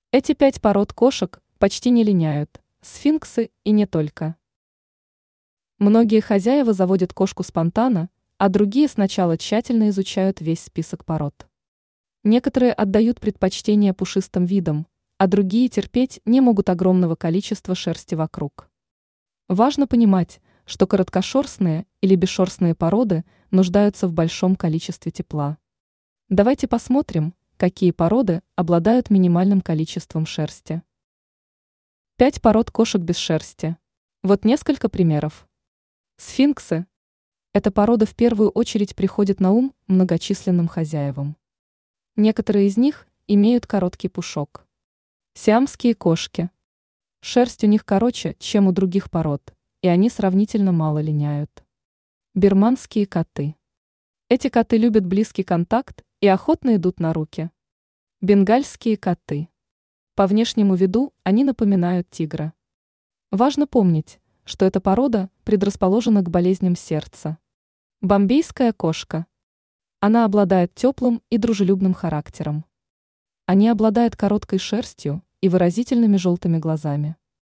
Эти 5 пород кошек почти не линяют, сфинксы и не только. Многие хозяева заводят кошку спонтанно, а другие сначала тщательно изучают весь список пород. Некоторые отдают предпочтение пушистым видам, а другие терпеть не могут огромного количества шерсти вокруг. Важно понимать, что короткошерстные или бесшерстные породы нуждаются в большом количестве тепла. Давайте посмотрим, какие породы обладают минимальным количеством шерсти. 5 пород кошек без шерсти. Вот несколько примеров. Сфинксы. Эта порода в первую очередь приходит на ум многочисленным хозяевам. Некоторые из них имеют короткий пушок. Сиамские кошки. Шерсть у них короче, чем у других пород, и они сравнительно мало линяют. Бирманские коты. Эти коты любят близкий контакт и охотно идут на руки. Бенгальские коты. По внешнему виду они напоминают тигра. Важно помнить, что эта порода предрасположена к болезням сердца. Бомбейская кошка. Она обладает теплым и дружелюбным характером. Они обладают короткой шерстью и выразительными желтыми глазами.